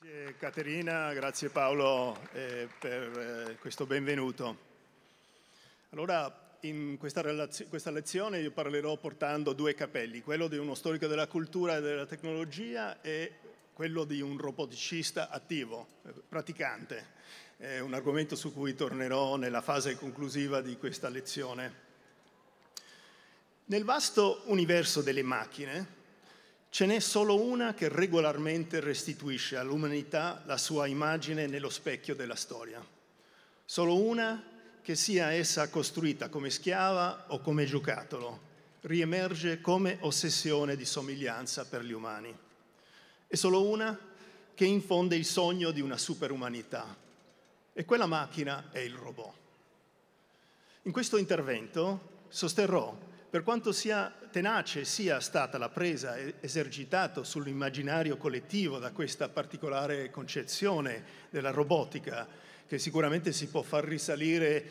Grazie Caterina, grazie Paolo per questo benvenuto. Allora, in questa lezione io parlerò portando due cappelli, quello di uno storico della cultura e della tecnologia e quello di un roboticista attivo, praticante. È un argomento su cui tornerò nella fase conclusiva di questa lezione. Nel vasto universo delle macchine ce n'è solo una che regolarmente restituisce all'umanità la sua immagine nello specchio della storia. Solo una che, sia essa costruita come schiava o come giocattolo, riemerge come ossessione di somiglianza per gli umani. E solo una che infonde il sogno di una superumanità. E quella macchina è il robot. In questo intervento sosterrò, per quanto sia tenace sia stata la presa esercitato sull'immaginario collettivo da questa particolare concezione della robotica, che sicuramente si può far risalire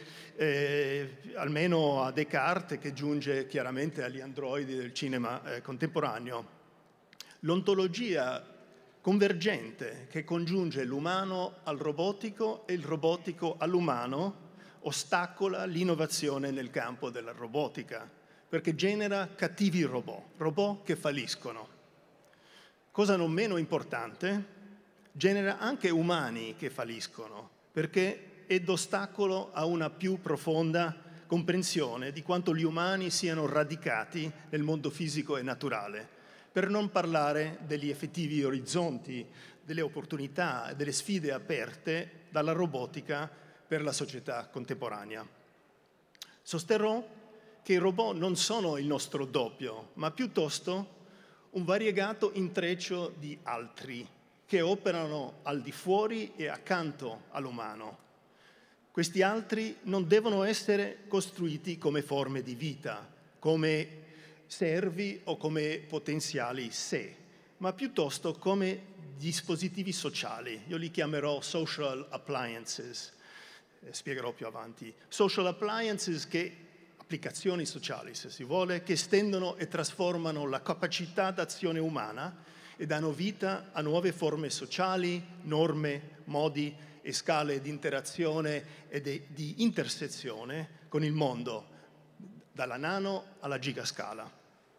almeno a Descartes, che giunge chiaramente agli androidi del cinema contemporaneo, l'ontologia convergente che congiunge l'umano al robotico e il robotico all'umano ostacola l'innovazione nel campo della robotica, perché genera cattivi robot che falliscono. Cosa non meno importante, genera anche umani che falliscono, perché è d'ostacolo a una più profonda comprensione di quanto gli umani siano radicati nel mondo fisico e naturale, per non parlare degli effettivi orizzonti, delle opportunità e delle sfide aperte dalla robotica per la società contemporanea. Sosterrò che i robot non sono il nostro doppio, ma piuttosto un variegato intreccio di altri che operano al di fuori e accanto all'umano. Questi altri non devono essere costruiti come forme di vita, come servi o come potenziali sé, ma piuttosto come dispositivi sociali. Io li chiamerò social appliances, spiegherò più avanti. Social appliances applicazioni sociali, se si vuole, che estendono e trasformano la capacità d'azione umana e danno vita a nuove forme sociali, norme, modi e scale di interazione e di intersezione con il mondo, dalla nano alla gigascala.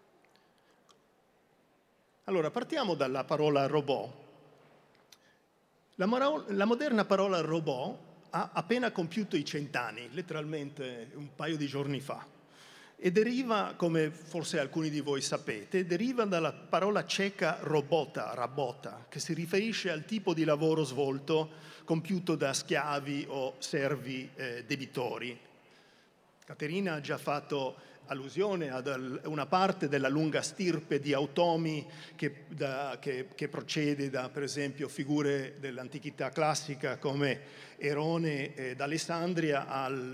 Allora, partiamo dalla parola robot. La moderna parola robot ha appena compiuto i 100 anni, letteralmente un paio di giorni fa, e deriva, come forse alcuni di voi sapete, deriva dalla parola ceca rabota, che si riferisce al tipo di lavoro svolto compiuto da schiavi o servi debitori. Caterina ha già fatto allusione ad una parte della lunga stirpe di automi che procede da, per esempio, figure dell'antichità classica come Erone d'Alessandria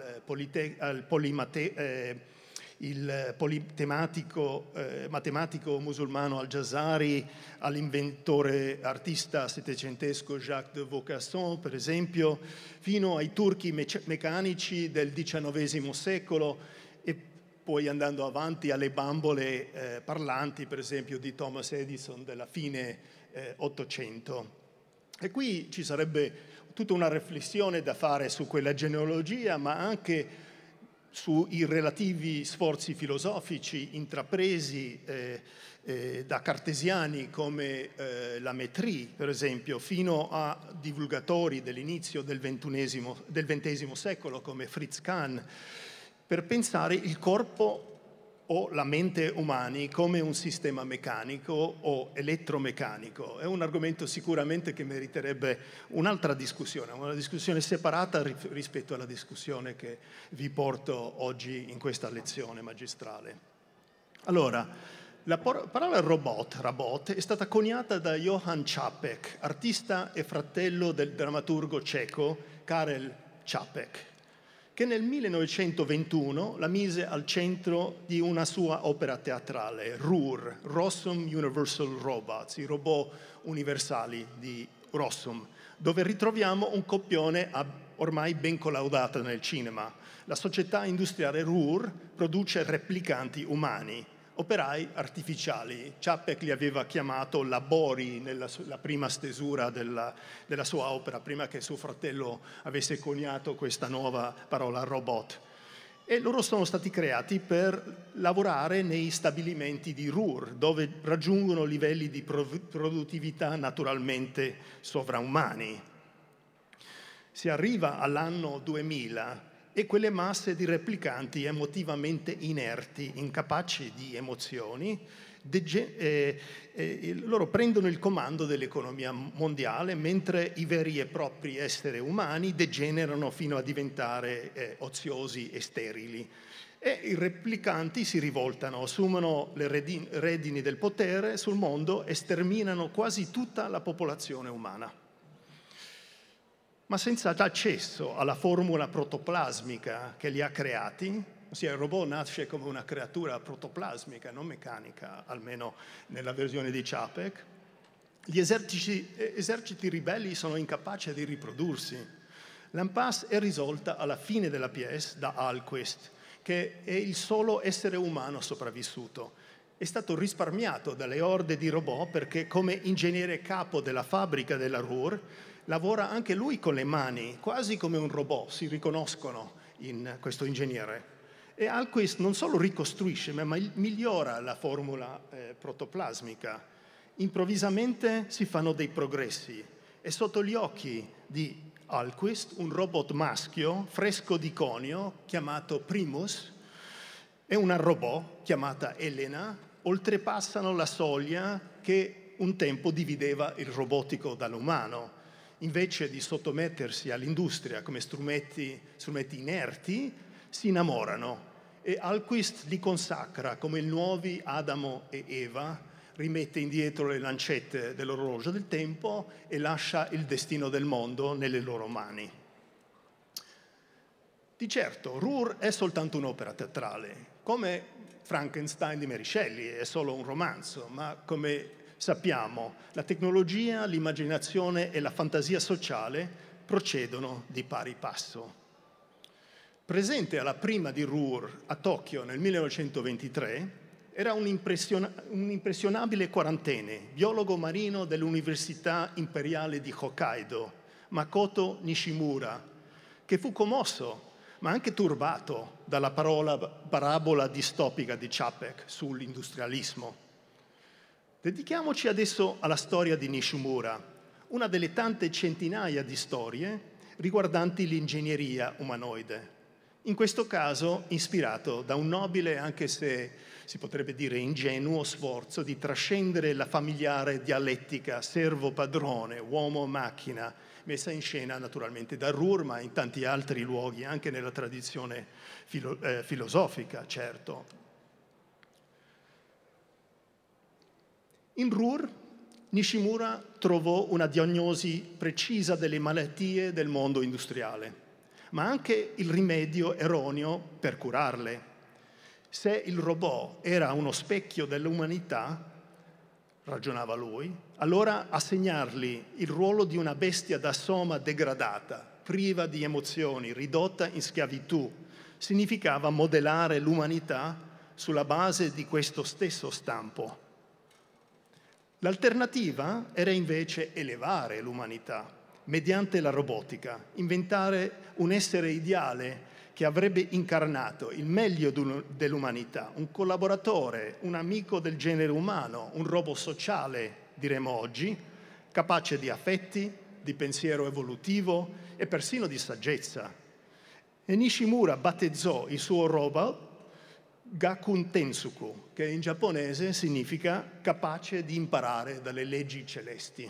il politematico matematico musulmano Al-Jazari, all'inventore artista settecentesco Jacques de Vaucanson, per esempio, fino ai turchi meccanici del XIX secolo e poi andando avanti alle bambole parlanti, per esempio, di Thomas Edison della fine Ottocento. E qui ci sarebbe tutta una riflessione da fare su quella genealogia, ma anche sui relativi sforzi filosofici intrapresi da cartesiani come la Métrie, per esempio, fino a divulgatori dell'inizio del XX secolo come Fritz Kahn, per pensare il corpo o la mente umani come un sistema meccanico o elettromeccanico. È un argomento sicuramente che meriterebbe un'altra discussione, una discussione separata rispetto alla discussione che vi porto oggi in questa lezione magistrale. Allora, la parola robot è stata coniata da Johann Čapek, artista e fratello del drammaturgo ceco Karel Čapek, che nel 1921 la mise al centro di una sua opera teatrale, RUR, Rossum Universal Robots, i robot universali di Rossum, dove ritroviamo un copione ormai ben collaudato nel cinema. La società industriale RUR produce replicanti umani, operai artificiali. Čapek li aveva chiamato labori nella prima stesura della sua opera, prima che suo fratello avesse coniato questa nuova parola robot. E loro sono stati creati per lavorare nei stabilimenti di Ruhr, dove raggiungono livelli di produttività naturalmente sovraumani. Si arriva all'anno 2000 e quelle masse di replicanti emotivamente inerti, incapaci di emozioni, loro prendono il comando dell'economia mondiale, mentre i veri e propri esseri umani degenerano fino a diventare oziosi e sterili. E i replicanti si rivoltano, assumono le redini del potere sul mondo e sterminano quasi tutta la popolazione umana. Ma senza accesso alla formula protoplasmica che li ha creati, ossia il robot nasce come una creatura protoplasmica, non meccanica, almeno nella versione di Čapek, gli eserciti ribelli sono incapaci di riprodursi. L'impasse è risolta alla fine della pièce da Ahlqvist, che è il solo essere umano sopravvissuto. È stato risparmiato dalle orde di robot perché come ingegnere capo della fabbrica della Ruhr lavora anche lui con le mani, quasi come un robot, si riconoscono in questo ingegnere. E Ahlqvist non solo ricostruisce, ma migliora la formula protoplasmica. Improvvisamente si fanno dei progressi e sotto gli occhi di Ahlqvist un robot maschio, fresco di conio, chiamato Primus, e una robot chiamata Elena oltrepassano la soglia che un tempo divideva il robotico dall'umano. Invece di sottomettersi all'industria come strumenti inerti, si innamorano e Ahlqvist li consacra come nuovi Adamo e Eva, rimette indietro le lancette dell'orologio del tempo e lascia il destino del mondo nelle loro mani. Di certo, Ruhr è soltanto un'opera teatrale, come Frankenstein di Mary Shelley, è solo un romanzo, ma come sappiamo, la tecnologia, l'immaginazione e la fantasia sociale procedono di pari passo. Presente alla prima di Ruhr a Tokyo nel 1923 era un impressionabile quarantenne, biologo marino dell'Università Imperiale di Hokkaido, Makoto Nishimura, che fu commosso ma anche turbato dalla parabola distopica di Čapek sull'industrialismo. Dedichiamoci adesso alla storia di Nishimura, una delle tante centinaia di storie riguardanti l'ingegneria umanoide. In questo caso ispirato da un nobile, anche se si potrebbe dire ingenuo, sforzo di trascendere la familiare dialettica servo-padrone, uomo-macchina, messa in scena naturalmente da Ruhr, ma in tanti altri luoghi, anche nella tradizione filosofica, certo. In Ruhr, Nishimura trovò una diagnosi precisa delle malattie del mondo industriale, ma anche il rimedio erroneo per curarle. Se il robot era uno specchio dell'umanità, ragionava lui, allora assegnargli il ruolo di una bestia da soma degradata, priva di emozioni, ridotta in schiavitù, significava modellare l'umanità sulla base di questo stesso stampo. L'alternativa era invece elevare l'umanità mediante la robotica, inventare un essere ideale che avrebbe incarnato il meglio dell'umanità, un collaboratore, un amico del genere umano, un robot sociale, diremmo oggi, capace di affetti, di pensiero evolutivo e persino di saggezza. E Nishimura battezzò il suo robot Gakuen Tensuku, che in giapponese significa capace di imparare dalle leggi celesti.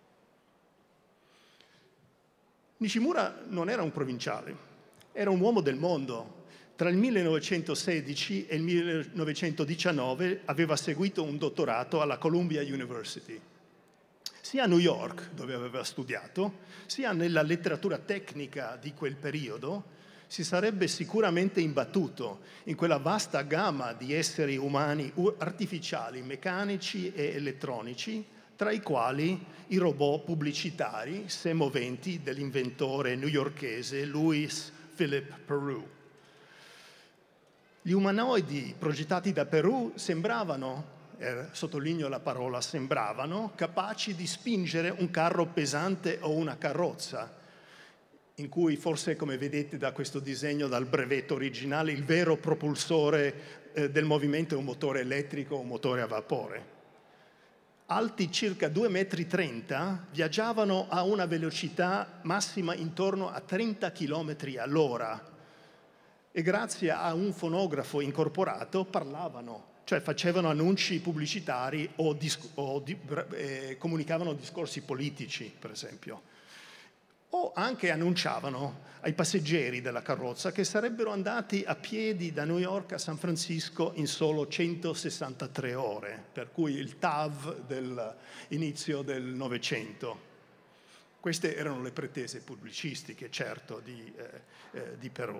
Nishimura non era un provinciale, era un uomo del mondo. Tra il 1916 e il 1919 aveva seguito un dottorato alla Columbia University. Sia a New York, dove aveva studiato, sia nella letteratura tecnica di quel periodo, si sarebbe sicuramente imbattuto in quella vasta gamma di esseri umani artificiali, meccanici e elettronici, tra i quali i robot pubblicitari semoventi dell'inventore newyorkese Louis Philippe Perroux. Gli umanoidi progettati da Perù sembravano, sottolineo la parola sembravano, capaci di spingere un carro pesante o una carrozza, in cui forse, come vedete da questo disegno, dal brevetto originale, il vero propulsore del movimento è un motore elettrico o un motore a vapore. Alti circa 2,30 m, viaggiavano a una velocità massima intorno a 30 km all'ora e grazie a un fonografo incorporato parlavano, cioè facevano annunci pubblicitari o comunicavano discorsi politici, per esempio. O anche annunciavano ai passeggeri della carrozza che sarebbero andati a piedi da New York a San Francisco in solo 163 ore, per cui il TAV dell'inizio del Novecento. Queste erano le pretese pubblicistiche, certo, di Perù.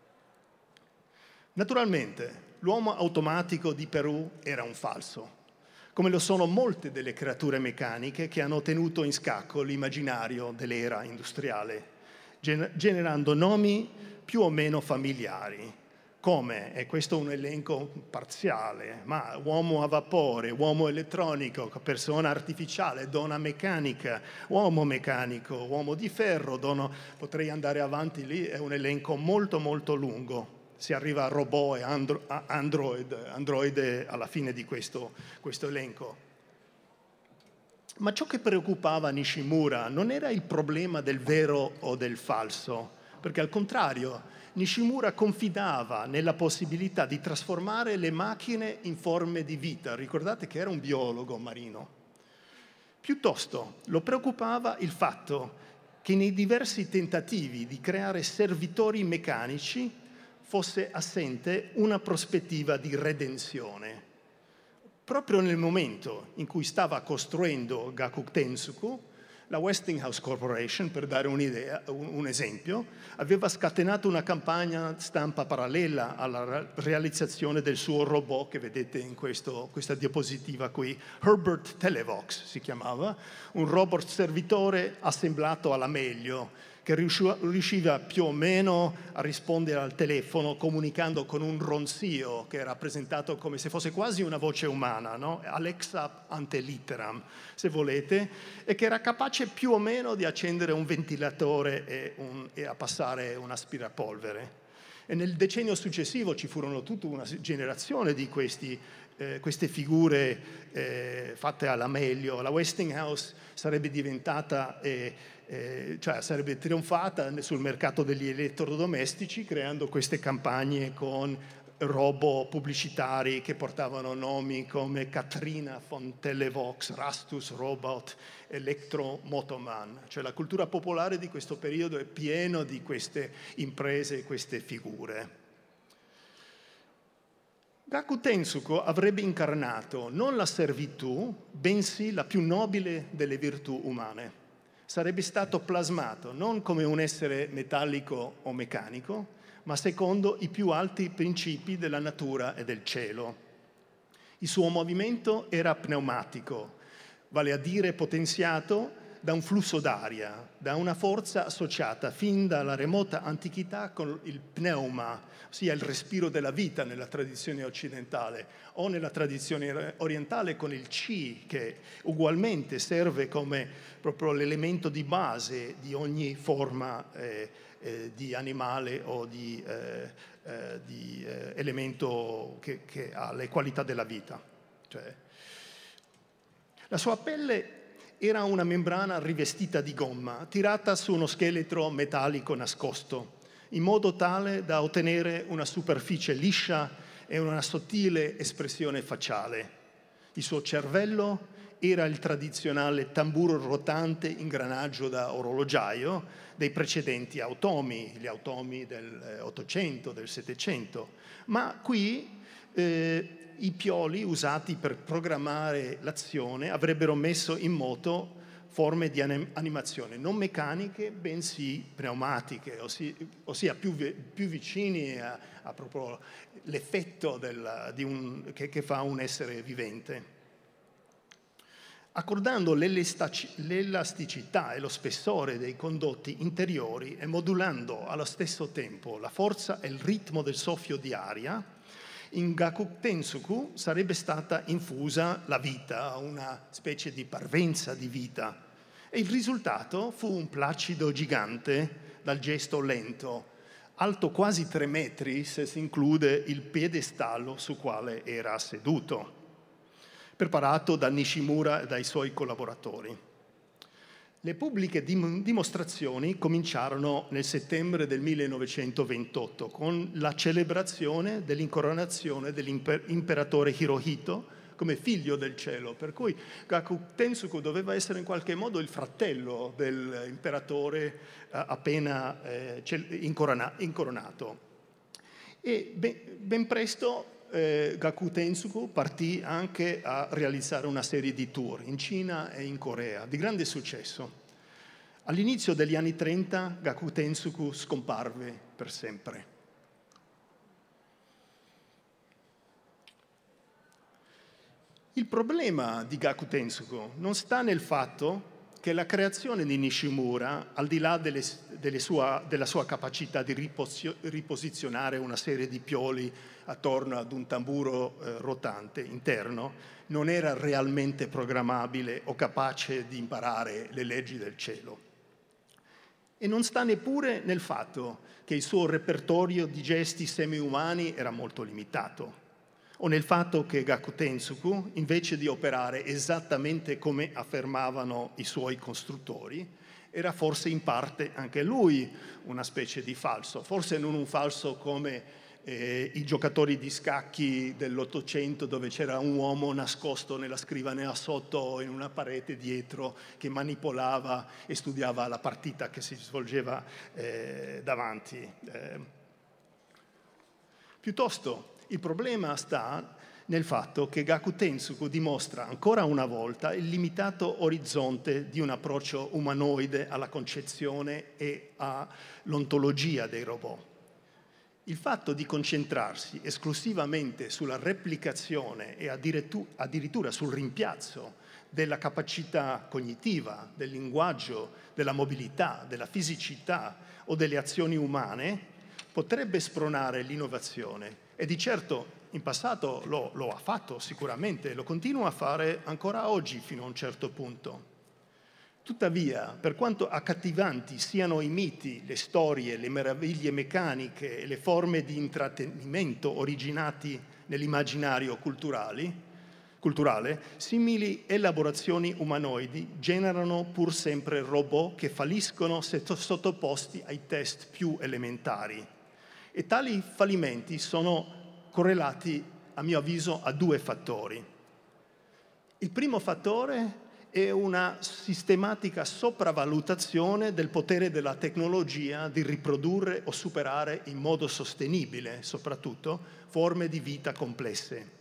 Naturalmente, l'uomo automatico di Perù era un falso, come lo sono molte delle creature meccaniche che hanno tenuto in scacco l'immaginario dell'era industriale, generando nomi più o meno familiari, come, e questo è un elenco parziale, ma uomo a vapore, uomo elettronico, persona artificiale, donna meccanica, uomo di ferro, potrei andare avanti lì, è un elenco molto molto lungo. Si arriva a robot e androide alla fine di questo elenco. Ma ciò che preoccupava Nishimura non era il problema del vero o del falso, perché al contrario Nishimura confidava nella possibilità di trasformare le macchine in forme di vita. Ricordate che era un biologo marino. Piuttosto lo preoccupava il fatto che nei diversi tentativi di creare servitori meccanici fosse assente una prospettiva di redenzione. Proprio nel momento in cui stava costruendo Gakutensuku, la Westinghouse Corporation, per dare un'idea, un esempio, aveva scatenato una campagna stampa parallela alla realizzazione del suo robot che vedete in questa diapositiva qui. Herbert Televox si chiamava, un robot servitore assemblato alla meglio, che riusciva più o meno a rispondere al telefono comunicando con un ronzio che era presentato come se fosse quasi una voce umana, no? Alexa ante litteram, se volete, e che era capace più o meno di accendere un ventilatore e a passare un aspirapolvere. E nel decennio successivo ci furono tutta una generazione di queste figure fatte alla meglio. La Westinghouse sarebbe diventata, cioè sarebbe trionfata sul mercato degli elettrodomestici creando queste campagne con robot pubblicitari che portavano nomi come Katrina von Televox, Rastus Robot, Electromotoman. Cioè la cultura popolare di questo periodo è piena di queste imprese e queste figure. Gakutensuku avrebbe incarnato non la servitù, bensì la più nobile delle virtù umane. Sarebbe stato plasmato non come un essere metallico o meccanico, ma secondo i più alti principi della natura e del cielo. Il suo movimento era pneumatico, vale a dire potenziato da un flusso d'aria, da una forza associata fin dalla remota antichità con il pneuma, ossia il respiro della vita nella tradizione occidentale, o nella tradizione orientale con il chi, che ugualmente serve come proprio l'elemento di base di ogni forma di animale o di elemento che ha le qualità della vita. Cioè, la sua pelle era una membrana rivestita di gomma, tirata su uno scheletro metallico nascosto, in modo tale da ottenere una superficie liscia e una sottile espressione facciale. Il suo cervello era il tradizionale tamburo rotante ingranaggio da orologiaio dei precedenti automi, gli automi del 800, del 700. Ma qui i pioli usati per programmare l'azione avrebbero messo in moto forme di animazione non meccaniche, bensì pneumatiche, ossia più vicini a proprio l'effetto che fa un essere vivente. Accordando l'elasticità e lo spessore dei condotti interiori e modulando allo stesso tempo la forza e il ritmo del soffio di aria, In Gakutensoku sarebbe stata infusa la vita, una specie di parvenza di vita, e il risultato fu un placido gigante dal gesto lento, alto quasi 3 metri se si include il piedestallo su quale era seduto, preparato da Nishimura e dai suoi collaboratori. Le pubbliche dimostrazioni cominciarono nel settembre del 1928 con la celebrazione dell'incoronazione dell'imperatore Hirohito come figlio del cielo, per cui Gakutensoku doveva essere in qualche modo il fratello dell'imperatore appena incoronato. E ben presto Gakutensoku partì anche a realizzare una serie di tour in Cina e in Corea, di grande successo. All'inizio degli anni 30 Gakutensoku scomparve per sempre. Il problema di Gakutensoku non sta nel fatto che la creazione di Nishimura, al di là della sua capacità di riposizionare una serie di pioli attorno ad un tamburo rotante interno, non era realmente programmabile o capace di imparare le leggi del cielo. E non sta neppure nel fatto che il suo repertorio di gesti semi-umani era molto limitato, o nel fatto che Gakutensoku, invece di operare esattamente come affermavano i suoi costruttori, era forse in parte anche lui una specie di falso, forse non un falso come i giocatori di scacchi dell'Ottocento, dove c'era un uomo nascosto nella scrivania sotto o in una parete dietro che manipolava e studiava la partita che si svolgeva davanti. Piuttosto, il problema sta nel fatto che Gakutensoku dimostra ancora una volta il limitato orizzonte di un approccio umanoide alla concezione e all'ontologia dei robot. Il fatto di concentrarsi esclusivamente sulla replicazione e addirittura sul rimpiazzo della capacità cognitiva, del linguaggio, della mobilità, della fisicità o delle azioni umane potrebbe spronare l'innovazione, e di certo in passato lo ha fatto sicuramente, lo continua a fare ancora oggi fino a un certo punto. Tuttavia, per quanto accattivanti siano i miti, le storie, le meraviglie meccaniche e le forme di intrattenimento originati nell'immaginario culturale, simili elaborazioni umanoidi generano pur sempre robot che falliscono se sottoposti ai test più elementari. E tali fallimenti sono correlati, a mio avviso, a 2 fattori. Il primo fattore è una sistematica sopravvalutazione del potere della tecnologia di riprodurre o superare in modo sostenibile, soprattutto, forme di vita complesse.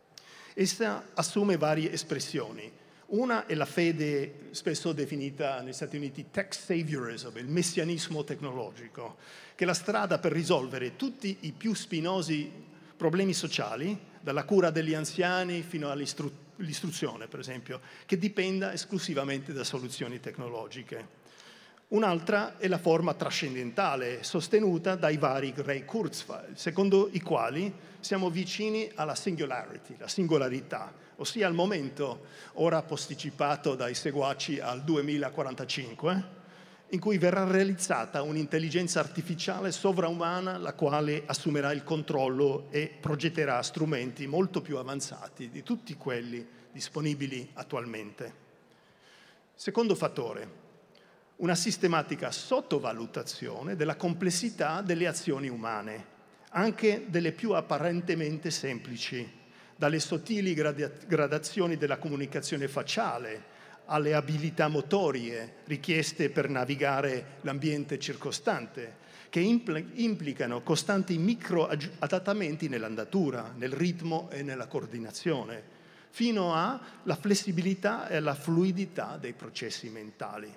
Essa assume varie espressioni. Una è la fede, spesso definita negli Stati Uniti tech saviorism, il messianismo tecnologico, che è la strada per risolvere tutti i più spinosi problemi sociali, dalla cura degli anziani fino all'istruzione, per esempio, che dipenda esclusivamente da soluzioni tecnologiche. Un'altra è la forma trascendentale, sostenuta dai vari Ray Kurzweil, secondo i quali siamo vicini alla singularity, la singolarità, ossia al momento, ora posticipato dai seguaci al 2045, in cui verrà realizzata un'intelligenza artificiale sovraumana, la quale assumerà il controllo e progetterà strumenti molto più avanzati di tutti quelli disponibili attualmente. Secondo fattore, una sistematica sottovalutazione della complessità delle azioni umane, anche delle più apparentemente semplici, dalle sottili gradazioni della comunicazione facciale alle abilità motorie richieste per navigare l'ambiente circostante, che implicano costanti microadattamenti nell'andatura, nel ritmo e nella coordinazione, fino alla flessibilità e alla fluidità dei processi mentali.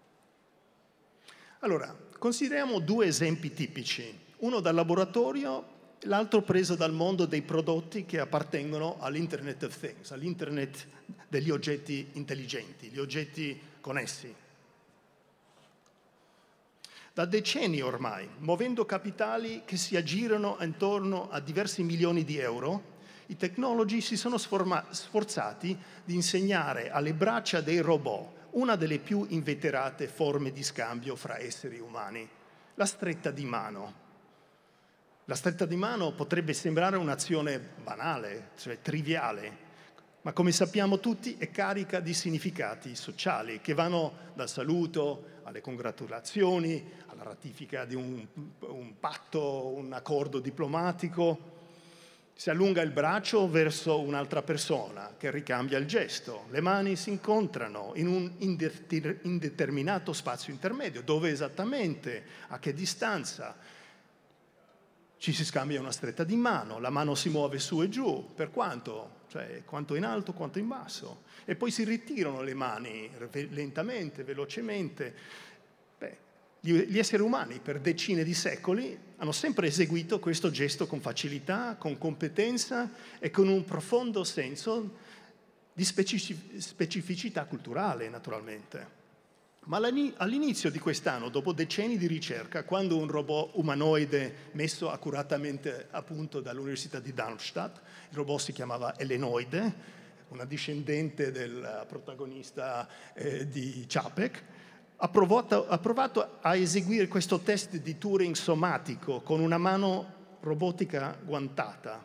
Allora, consideriamo 2 esempi tipici, uno dal laboratorio, l'altro preso dal mondo dei prodotti che appartengono all'Internet of Things, all'Internet degli oggetti intelligenti, gli oggetti connessi. Da decenni ormai, muovendo capitali che si aggirano intorno a diversi milioni di euro, i tecnologi si sono sforzati di insegnare alle braccia dei robot una delle più inveterate forme di scambio fra esseri umani, la stretta di mano. La stretta di mano potrebbe sembrare un'azione banale, cioè triviale, ma come sappiamo tutti è carica di significati sociali che vanno dal saluto alle congratulazioni, alla ratifica di un patto, un accordo diplomatico. Si allunga il braccio verso un'altra persona che ricambia il gesto. Le mani si incontrano in un indeterminato spazio intermedio. Dove esattamente? A che distanza? Ci si scambia una stretta di mano, la mano si muove su e giù. Per quanto? Cioè, quanto in alto, quanto in basso. E poi si ritirano le mani lentamente, velocemente. Gli esseri umani per decine di secoli hanno sempre eseguito questo gesto con facilità, con competenza e con un profondo senso di specificità culturale, naturalmente. Ma all'inizio di quest'anno, dopo decenni di ricerca, quando un robot umanoide messo accuratamente a punto dall'Università di Darmstadt, il robot si chiamava Elenoide, una discendente del protagonista di Čapek, ha provato a eseguire questo test di Turing somatico con una mano robotica guantata.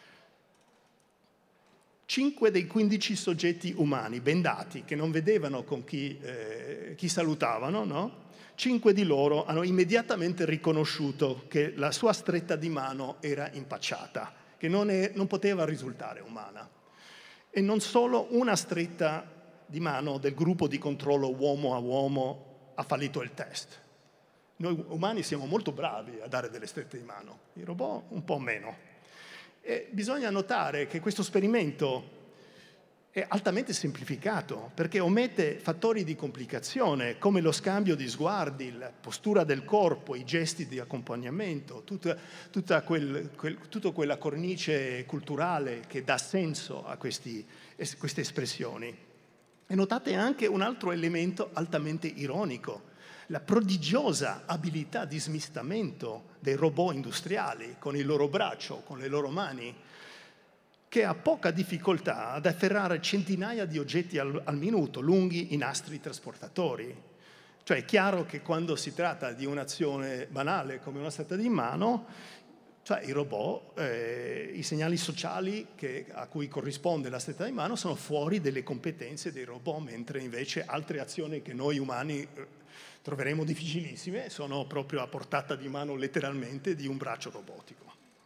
5 dei 15 soggetti umani bendati, che non vedevano con chi salutavano, no? 5 di loro hanno immediatamente riconosciuto che la sua stretta di mano era impacciata, che non poteva risultare umana. E non solo una stretta di mano del gruppo di controllo uomo a uomo ha fallito il test. Noi umani siamo molto bravi a dare delle strette di mano, i robot un po' meno. E bisogna notare che questo esperimento è altamente semplificato perché omette fattori di complicazione come lo scambio di sguardi, la postura del corpo, i gesti di accompagnamento, tutta quella cornice culturale che dà senso a queste espressioni. E notate anche un altro elemento altamente ironico, la prodigiosa abilità di smistamento dei robot industriali con il loro braccio, con le loro mani, che ha poca difficoltà ad afferrare centinaia di oggetti al minuto, lunghi i nastri trasportatori. Cioè è chiaro che quando si tratta di un'azione banale come una stretta di mano, cioè i robot, i segnali sociali a cui corrisponde la stretta di mano sono fuori delle competenze dei robot, mentre invece altre azioni che noi umani troveremo difficilissime sono proprio a portata di mano letteralmente di un braccio robotico.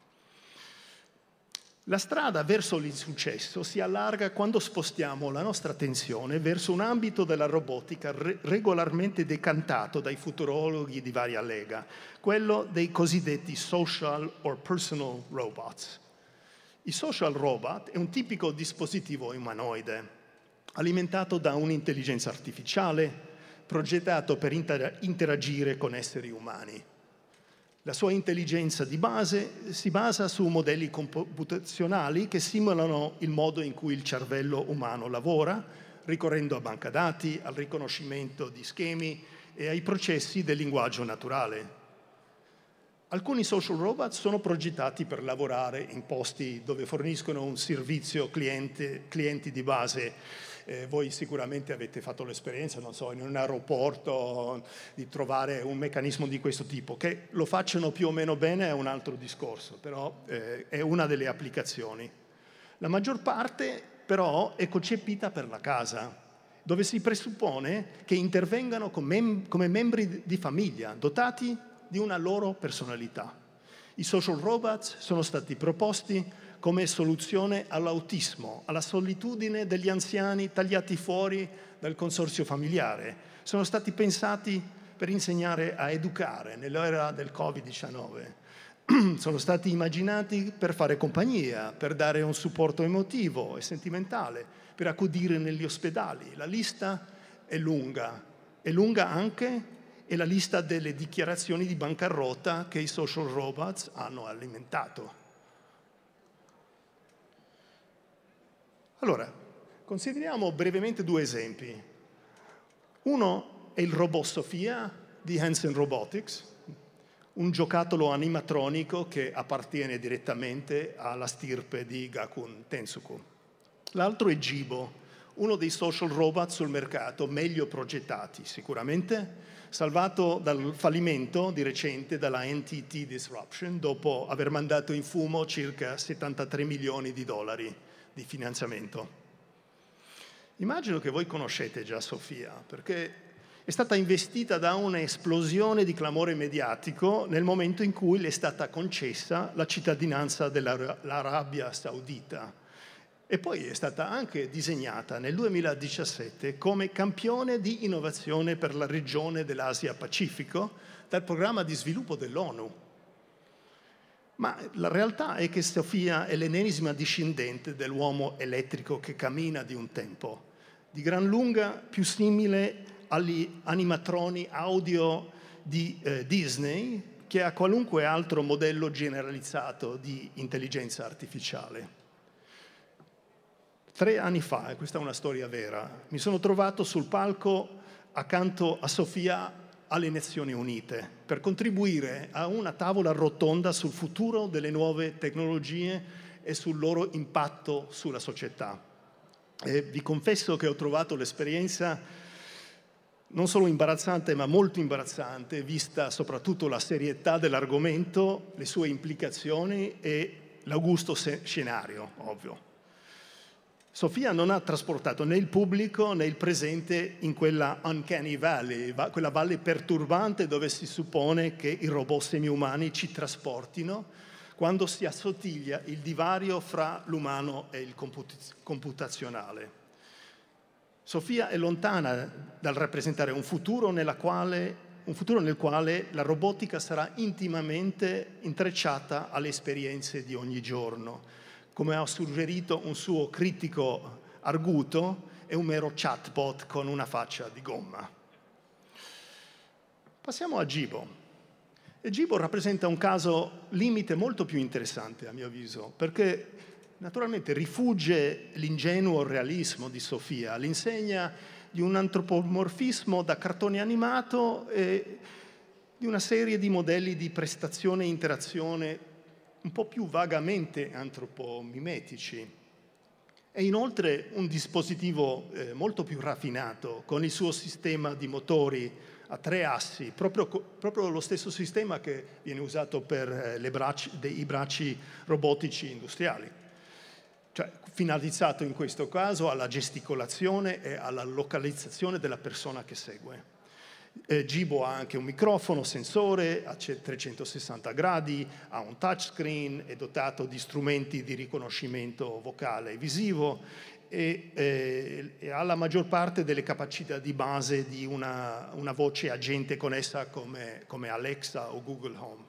La strada verso l'insuccesso si allarga quando spostiamo la nostra attenzione verso un ambito della robotica regolarmente decantato dai futurologhi di varia lega, quello dei cosiddetti social or personal robots. Il social robot è un tipico dispositivo umanoide, alimentato da un'intelligenza artificiale, progettato per interagire con esseri umani. La sua intelligenza di base si basa su modelli computazionali che simulano il modo in cui il cervello umano lavora, ricorrendo a banca dati, al riconoscimento di schemi e ai processi del linguaggio naturale. Alcuni social robot sono progettati per lavorare in posti dove forniscono un servizio clienti di base. Voi sicuramente avete fatto l'esperienza, non so, in un aeroporto di trovare un meccanismo di questo tipo. Che lo facciano più o meno bene è un altro discorso, però è una delle applicazioni. La maggior parte però è concepita per la casa, dove si presuppone che intervengano come membri di famiglia, dotati di una loro personalità. I social robots sono stati proposti come soluzione all'autismo, alla solitudine degli anziani tagliati fuori dal consorzio familiare. Sono stati pensati per insegnare a educare nell'era del Covid-19. Sono stati immaginati per fare compagnia, per dare un supporto emotivo e sentimentale, per accudire negli ospedali. La lista è lunga anche è la lista delle dichiarazioni di bancarotta che i social robots hanno alimentato. Allora, consideriamo brevemente 2 esempi. Uno è il robot Sofia di Hanson Robotics, un giocattolo animatronico che appartiene direttamente alla stirpe di Gakuen Tensoku. L'altro è Jibo, uno dei social robot sul mercato meglio progettati sicuramente, salvato dal fallimento di recente dalla NTT Disruption dopo aver mandato in fumo circa 73 milioni di dollari di finanziamento. Immagino che voi conoscete già Sofia, perché è stata investita da un'esplosione di clamore mediatico nel momento in cui le è stata concessa la cittadinanza dell'Arabia Saudita. E poi è stata anche disegnata nel 2017 come campione di innovazione per la regione dell'Asia-Pacifico dal programma di sviluppo dell'ONU. Ma la realtà è che Sofia è l'ennesima discendente dell'uomo elettrico che cammina di un tempo, di gran lunga più simile agli animatroni audio di Disney che a qualunque altro modello generalizzato di intelligenza artificiale. 3 anni fa, e questa è una storia vera, mi sono trovato sul palco accanto a Sofia alle Nazioni Unite per contribuire a una tavola rotonda sul futuro delle nuove tecnologie e sul loro impatto sulla società. E vi confesso che ho trovato l'esperienza non solo imbarazzante, ma molto imbarazzante, vista soprattutto la serietà dell'argomento, le sue implicazioni e l'augusto scenario, ovvio. Sofia non ha trasportato né il pubblico né il presente in quella uncanny valley, quella valle perturbante dove si suppone che i robot semi-umani ci trasportino quando si assottiglia il divario fra l'umano e il computazionale. Sofia è lontana dal rappresentare un futuro nel quale la robotica sarà intimamente intrecciata alle esperienze di ogni giorno. Come ha suggerito un suo critico arguto, è un mero chatbot con una faccia di gomma. Passiamo a Jibo. E Jibo rappresenta un caso limite molto più interessante, a mio avviso, perché naturalmente rifugge l'ingenuo realismo di Sofia all'insegna di un antropomorfismo da cartone animato e di una serie di modelli di prestazione e interazione un po' più vagamente antropomimetici. È inoltre un dispositivo molto più raffinato, con il suo sistema di motori a 3 assi, proprio lo stesso sistema che viene usato per i bracci robotici industriali. Cioè, finalizzato in questo caso alla gesticolazione e alla localizzazione della persona che segue. Jibo ha anche un microfono, sensore a 360 gradi, ha un touchscreen, è dotato di strumenti di riconoscimento vocale e visivo e ha la maggior parte delle capacità di base di una voce agente connessa come Alexa o Google Home.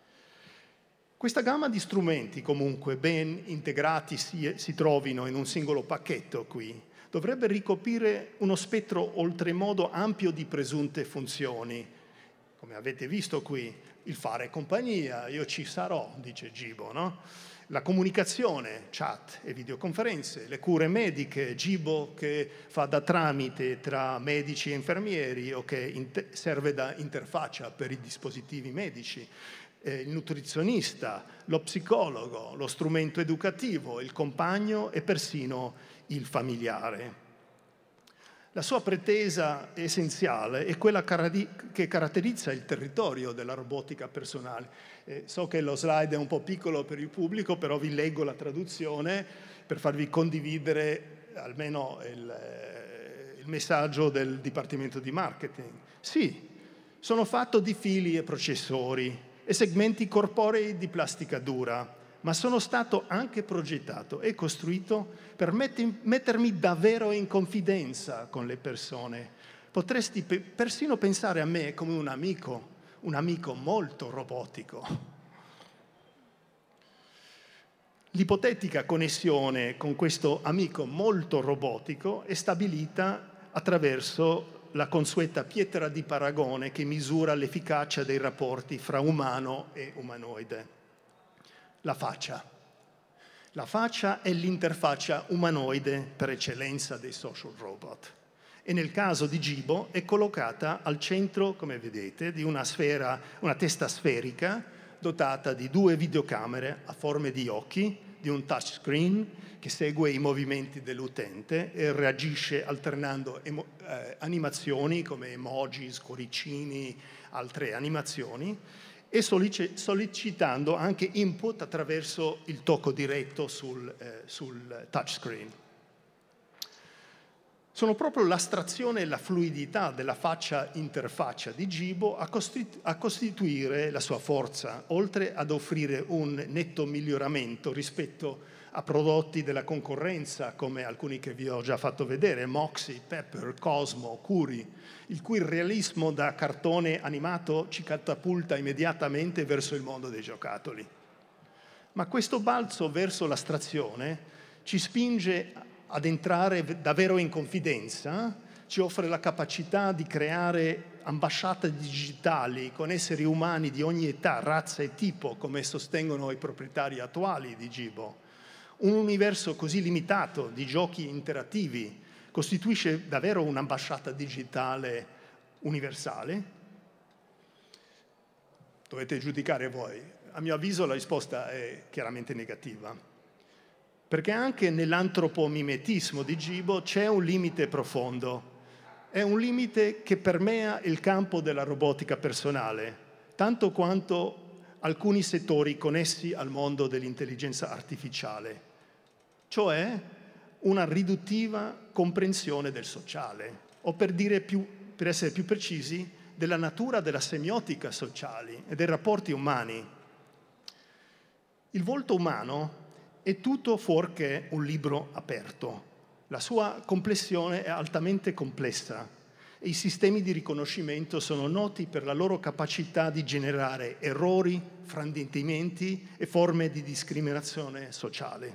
Questa gamma di strumenti, comunque, ben integrati si trovino in un singolo pacchetto qui, dovrebbe ricoprire uno spettro oltremodo ampio di presunte funzioni. Come avete visto qui, il fare compagnia, io ci sarò, dice Jibo, no? La comunicazione, chat e videoconferenze, le cure mediche, Jibo che fa da tramite tra medici e infermieri o che serve da interfaccia per i dispositivi medici, il nutrizionista, lo psicologo, lo strumento educativo, il compagno e persino il familiare. La sua pretesa essenziale è quella che caratterizza il territorio della robotica personale. So che lo slide è un po' piccolo per il pubblico, però vi leggo la traduzione per farvi condividere almeno il messaggio del Dipartimento di Marketing. Sì, sono fatto di fili e processori e segmenti corporei di plastica dura, ma sono stato anche progettato e costruito per mettermi davvero in confidenza con le persone. Potresti persino pensare a me come un amico molto robotico. L'ipotetica connessione con questo amico molto robotico è stabilita attraverso la consueta pietra di paragone che misura l'efficacia dei rapporti fra umano e umanoide. La faccia. La faccia è l'interfaccia umanoide per eccellenza dei social robot. e nel caso di Gibo è collocata al centro, come vedete, di una testa sferica dotata di 2 videocamere a forme di occhi, di un touchscreen che segue i movimenti dell'utente e reagisce alternando animazioni come emoji, cuoricini, altre animazioni, e sollecitando anche input attraverso il tocco diretto sul touchscreen. Sono proprio l'astrazione e la fluidità della faccia-interfaccia di Gibo a costituire la sua forza, oltre ad offrire un netto miglioramento rispetto a prodotti della concorrenza, come alcuni che vi ho già fatto vedere, Moxie, Pepper, Cosmo, Curi, il cui realismo da cartone animato ci catapulta immediatamente verso il mondo dei giocattoli. Ma questo balzo verso l'astrazione ci spinge ad entrare davvero in confidenza, ci offre la capacità di creare ambasciate digitali con esseri umani di ogni età, razza e tipo, come sostengono i proprietari attuali di Gibo. Un universo così limitato di giochi interattivi costituisce davvero un'ambasciata digitale universale? Dovete giudicare voi. A mio avviso la risposta è chiaramente negativa. Perché anche nell'antropomimetismo di Gibo c'è un limite profondo. È un limite che permea il campo della robotica personale, tanto quanto alcuni settori connessi al mondo dell'intelligenza artificiale, cioè una riduttiva comprensione del sociale, o per essere più precisi, della natura della semiotica sociali e dei rapporti umani. Il volto umano è tutto fuorché un libro aperto. La sua complessione è altamente complessa e i sistemi di riconoscimento sono noti per la loro capacità di generare errori, fraintendimenti e forme di discriminazione sociale.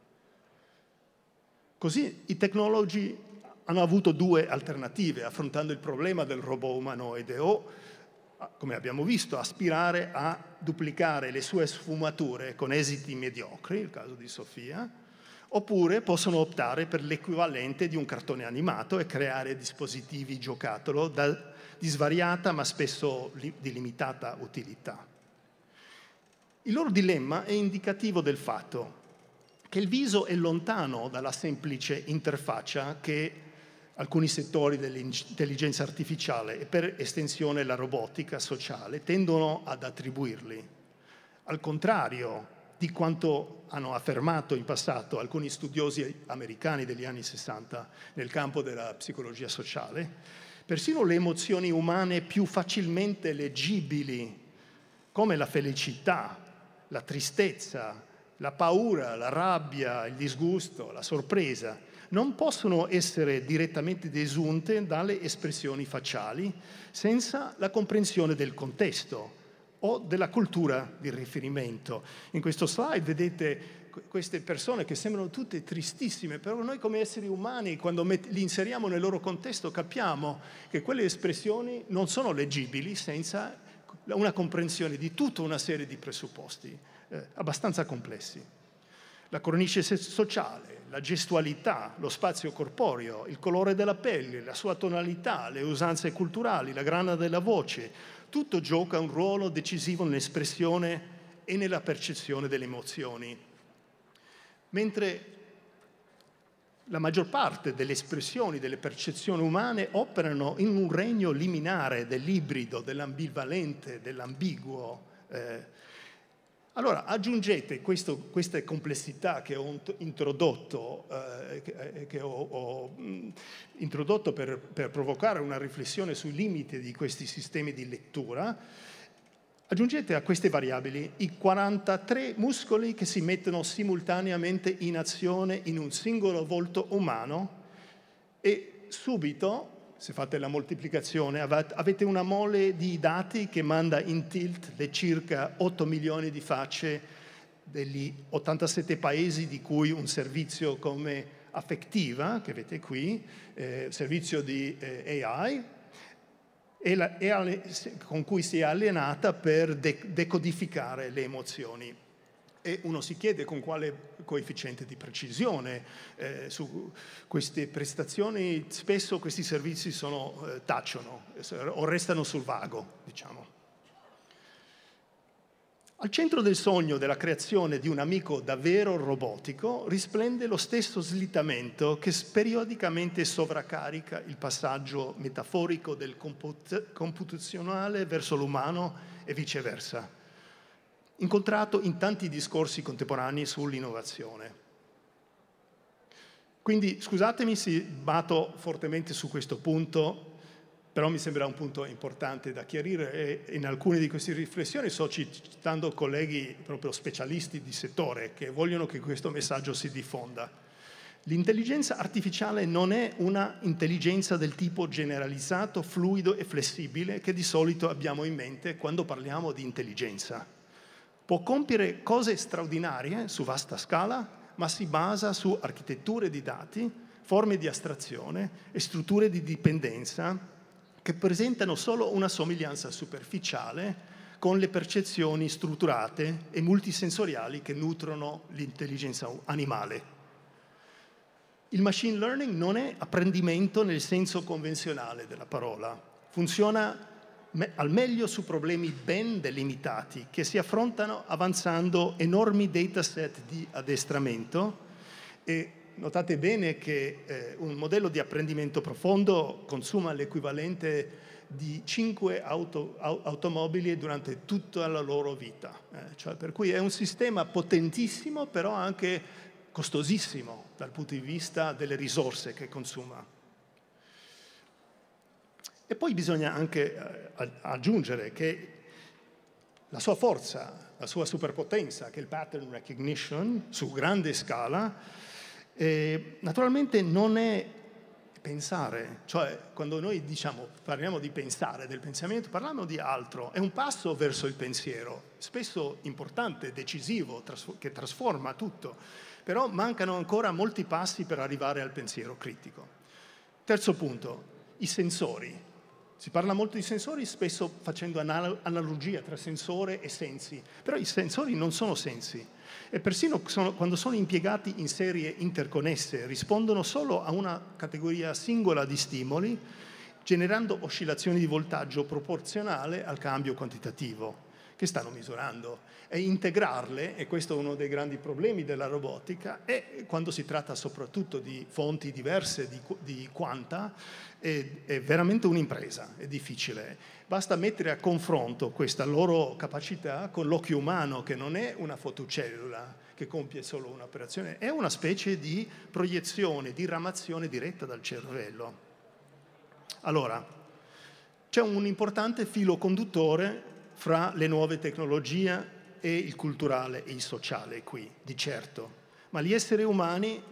Così i tecnologi hanno avuto 2 alternative affrontando il problema del robot umanoide: o, come abbiamo visto, aspirare a duplicare le sue sfumature con esiti mediocri, il caso di Sofia, oppure possono optare per l'equivalente di un cartone animato e creare dispositivi giocattolo di svariata ma spesso di limitata utilità. Il loro dilemma è indicativo del fatto che il viso è lontano dalla semplice interfaccia che alcuni settori dell'intelligenza artificiale e per estensione la robotica sociale tendono ad attribuirli. Al contrario di quanto hanno affermato in passato alcuni studiosi americani degli anni 60 nel campo della psicologia sociale, persino le emozioni umane più facilmente leggibili, come la felicità, la tristezza, la paura, la rabbia, il disgusto, la sorpresa, non possono essere direttamente desunte dalle espressioni facciali senza la comprensione del contesto o della cultura di riferimento. In questo slide vedete queste persone che sembrano tutte tristissime, però noi come esseri umani, quando li inseriamo nel loro contesto, capiamo che quelle espressioni non sono leggibili senza una comprensione di tutta una serie di presupposti abbastanza complessi. La cornice sociale, la gestualità, lo spazio corporeo, il colore della pelle, la sua tonalità, le usanze culturali, la grana della voce, tutto gioca un ruolo decisivo nell'espressione e nella percezione delle emozioni. Mentre la maggior parte delle espressioni, delle percezioni umane operano in un regno liminare dell'ibrido, dell'ambivalente, dell'ambiguo. Allora aggiungete queste complessità che ho introdotto, per provocare una riflessione sui limiti di questi sistemi di lettura. Aggiungete a queste variabili i 43 muscoli che si mettono simultaneamente in azione in un singolo volto umano e subito, se fate la moltiplicazione, avete una mole di dati che manda in tilt le circa 8 milioni di facce degli 87 paesi di cui un servizio come Affectiva, che avete qui, servizio di AI, con cui si è allenata per decodificare le emozioni. E uno si chiede con quale coefficiente di precisione su queste prestazioni. Spesso questi servizi tacciono o restano sul vago, diciamo. Al centro del sogno della creazione di un amico davvero robotico risplende lo stesso slittamento che periodicamente sovraccarica il passaggio metaforico del computazionale verso l'umano e viceversa, incontrato in tanti discorsi contemporanei sull'innovazione. Quindi scusatemi se batto fortemente su questo punto, però mi sembra un punto importante da chiarire, e in alcune di queste riflessioni sto citando colleghi proprio specialisti di settore che vogliono che questo messaggio si diffonda. L'intelligenza artificiale non è una intelligenza del tipo generalizzato, fluido e flessibile che di solito abbiamo in mente quando parliamo di intelligenza. Può compiere cose straordinarie su vasta scala, ma si basa su architetture di dati, forme di astrazione e strutture di dipendenza che presentano solo una somiglianza superficiale con le percezioni strutturate e multisensoriali che nutrono l'intelligenza animale. Il machine learning non è apprendimento nel senso convenzionale della parola. Funziona al meglio su problemi ben delimitati che si affrontano avanzando enormi dataset di addestramento. E notate bene che un modello di apprendimento profondo consuma l'equivalente di 5 automobili durante tutta la loro vita. Cioè, per cui è un sistema potentissimo, però anche costosissimo dal punto di vista delle risorse che consuma. E poi bisogna anche aggiungere che la sua forza, la sua superpotenza, che è il pattern recognition su grande scala, naturalmente non è pensare, cioè quando noi parliamo di pensare, del pensamento, parliamo di altro, è un passo verso il pensiero, spesso importante, decisivo, che trasforma tutto, però mancano ancora molti passi per arrivare al pensiero critico. Terzo punto, i sensori. Si parla molto di sensori, spesso facendo analogia tra sensore e sensi, però i sensori non sono sensi e persino quando sono impiegati in serie interconnesse rispondono solo a una categoria singola di stimoli, generando oscillazioni di voltaggio proporzionale al cambio quantitativo che stanno misurando, e integrarle, e questo è uno dei grandi problemi della robotica, e quando si tratta soprattutto di fonti diverse di quanta, è veramente un'impresa, è difficile. Basta mettere a confronto questa loro capacità con l'occhio umano, che non è una fotocellula che compie solo un'operazione, è una specie di proiezione, diramazione diretta dal cervello. Allora, c'è un importante filo conduttore fra le nuove tecnologie e il culturale e il sociale qui, di certo. Ma gli esseri umani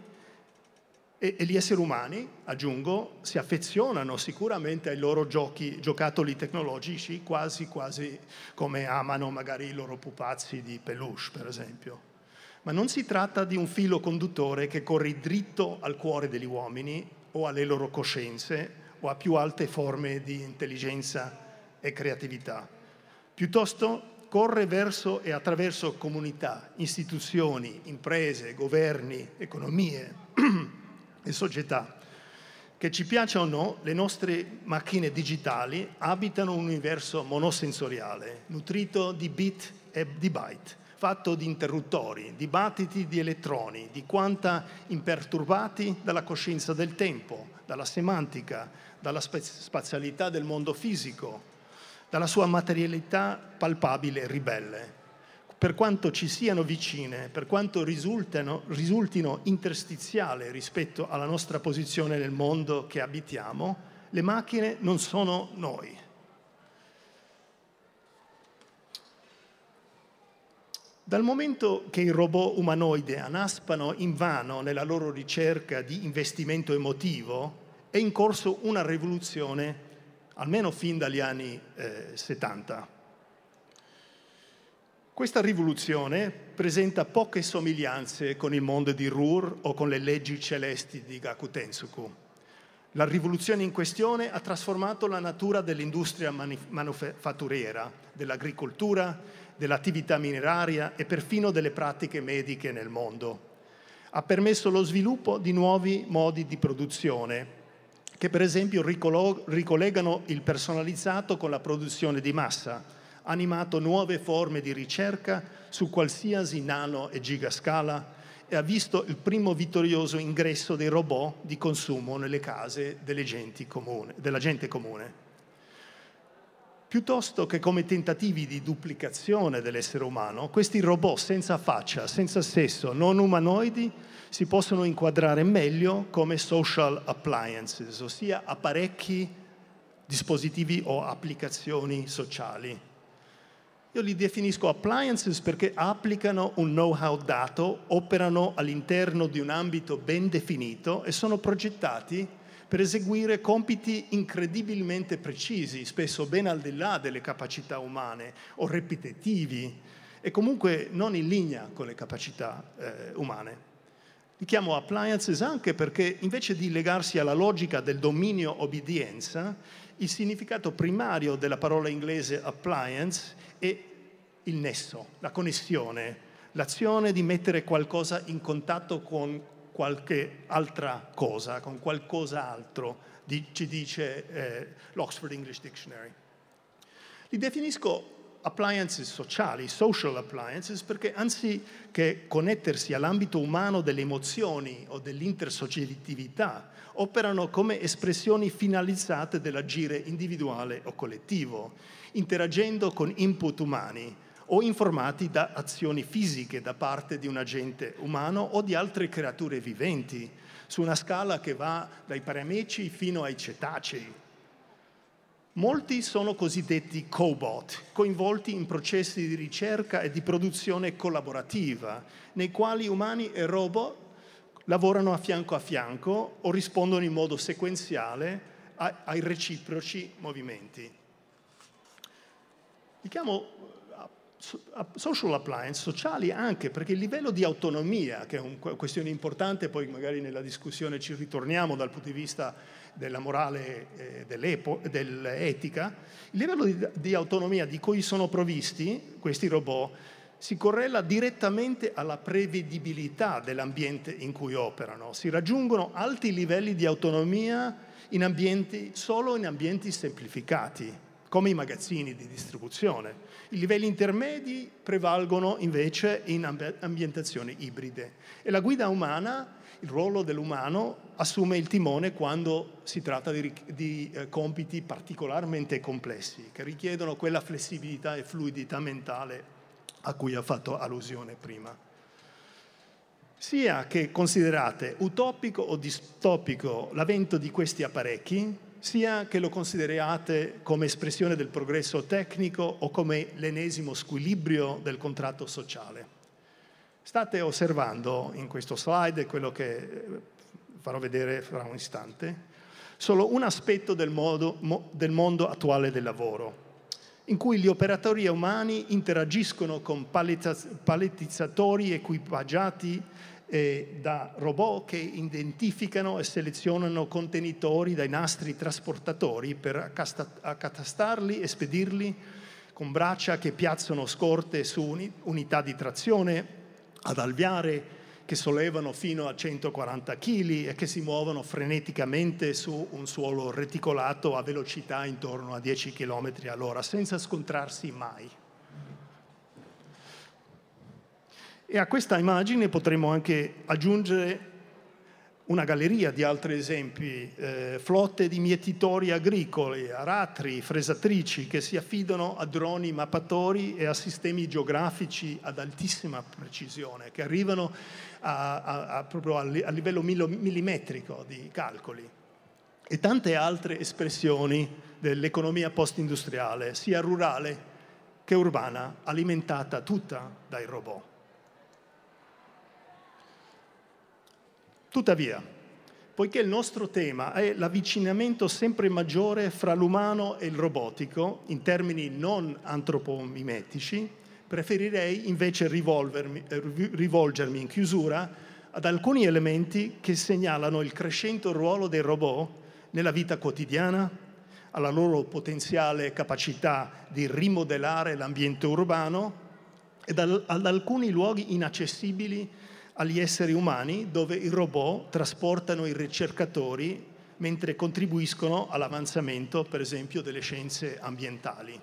aggiungo, si affezionano sicuramente ai loro giocattoli tecnologici, quasi come amano magari i loro pupazzi di peluche, per esempio. Ma non si tratta di un filo conduttore che corre dritto al cuore degli uomini o alle loro coscienze o a più alte forme di intelligenza e creatività. Piuttosto corre verso e attraverso comunità, istituzioni, imprese, governi, economie e società. Che ci piaccia o no, le nostre macchine digitali abitano un universo monosensoriale, nutrito di bit e di byte, fatto di interruttori, di battiti di elettroni, di quanta imperturbati dalla coscienza del tempo, dalla semantica, dalla spazialità del mondo fisico, dalla sua materialità palpabile e ribelle. Per quanto ci siano vicine, per quanto risultino interstiziali rispetto alla nostra posizione nel mondo che abitiamo, le macchine non sono noi. Dal momento che i robot umanoidi annaspano invano nella loro ricerca di investimento emotivo, è in corso una rivoluzione, almeno fin dagli anni 70. Questa rivoluzione presenta poche somiglianze con il mondo di Roore o con le leggi celesti di Gaku Tensoku. La rivoluzione in questione ha trasformato la natura dell'industria manufatturiera, dell'agricoltura dell'attività mineraria e perfino delle pratiche mediche nel mondo. Ha permesso lo sviluppo di nuovi modi di produzione che per esempio ricollegano il personalizzato con la produzione di massa, animato nuove forme di ricerca su qualsiasi nano e gigascala e ha visto il primo vittorioso ingresso dei robot di consumo nelle case della gente comune. Piuttosto che come tentativi di duplicazione dell'essere umano, questi robot senza faccia, senza sesso, non umanoidi, si possono inquadrare meglio come social appliances, ossia apparecchi, dispositivi o applicazioni sociali. Io li definisco appliances perché applicano un know-how dato, operano all'interno di un ambito ben definito e sono progettati per eseguire compiti incredibilmente precisi, spesso ben al di là delle capacità umane o ripetitivi e comunque non in linea con le capacità umane. Li chiamo appliances anche perché invece di legarsi alla logica del dominio-obbedienza, il significato primario della parola inglese appliance è il nesso, la connessione, l'azione di mettere qualcosa in contatto con qualche altra cosa, con qualcos'altro, ci dice l'Oxford English Dictionary. Li definisco appliances sociali, social appliances, perché anziché connettersi all'ambito umano delle emozioni o dell'intersoggettività, operano come espressioni finalizzate dell'agire individuale o collettivo, interagendo con input umani o informati da azioni fisiche da parte di un agente umano o di altre creature viventi, su una scala che va dai parameci fino ai cetacei. Molti sono cosiddetti cobot, coinvolti in processi di ricerca e di produzione collaborativa, nei quali umani e robot lavorano a fianco o rispondono in modo sequenziale ai reciproci movimenti. Li chiamo social appliance, sociali anche perché il livello di autonomia, che è una questione importante, poi magari nella discussione ci ritorniamo dal punto di vista della morale dell'etica, il livello di autonomia di cui sono provvisti questi robot si correla direttamente alla prevedibilità dell'ambiente in cui operano. Si raggiungono alti livelli di autonomia solo in ambienti semplificati, come i magazzini di distribuzione. I livelli intermedi prevalgono invece in ambientazioni ibride. E la guida umana, il ruolo dell'umano, assume il timone quando si tratta di compiti particolarmente complessi, che richiedono quella flessibilità e fluidità mentale a cui ho fatto allusione prima. Sia che considerate utopico o distopico l'avvento di questi apparecchi, sia che lo consideriate come espressione del progresso tecnico o come l'ennesimo squilibrio del contratto sociale. State osservando in questo slide, quello che farò vedere fra un istante, solo un aspetto del mondo attuale del lavoro, in cui gli operatori umani interagiscono con palettizzatori equipaggiati da robot che identificano e selezionano contenitori dai nastri trasportatori per accatastarli e spedirli con braccia che piazzano scorte su unità di trazione ad alveare che sollevano fino a 140 kg e che si muovono freneticamente su un suolo reticolato a velocità intorno a 10 km all'ora senza scontrarsi mai. E a questa immagine potremmo anche aggiungere una galleria di altri esempi, flotte di mietitori agricoli, aratri, fresatrici che si affidano a droni mappatori e a sistemi geografici ad altissima precisione, che arrivano proprio a livello millimetrico di calcoli. E tante altre espressioni dell'economia post-industriale, sia rurale che urbana, alimentata tutta dai robot. Tuttavia, poiché il nostro tema è l'avvicinamento sempre maggiore fra l'umano e il robotico, in termini non antropomimetici, preferirei invece rivolgermi in chiusura ad alcuni elementi che segnalano il crescente ruolo dei robot nella vita quotidiana, alla loro potenziale capacità di rimodellare l'ambiente urbano e ad alcuni luoghi inaccessibili agli esseri umani, dove i robot trasportano i ricercatori mentre contribuiscono all'avanzamento, per esempio, delle scienze ambientali.